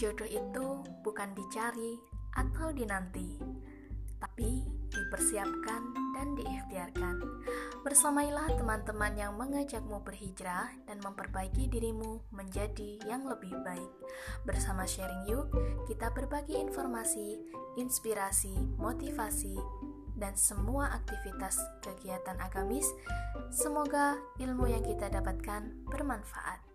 Jodoh itu bukan dicari atau dinanti, tapi dipersiapkan dan diikhtiarkan. Bersamailah teman-teman yang mengajakmu berhijrah dan memperbaiki dirimu menjadi yang lebih baik. Bersama Sharing Yuk, kita berbagi informasi, inspirasi, motivasi, dan semua aktivitas kegiatan agamis. Semoga ilmu yang kita dapatkan bermanfaat.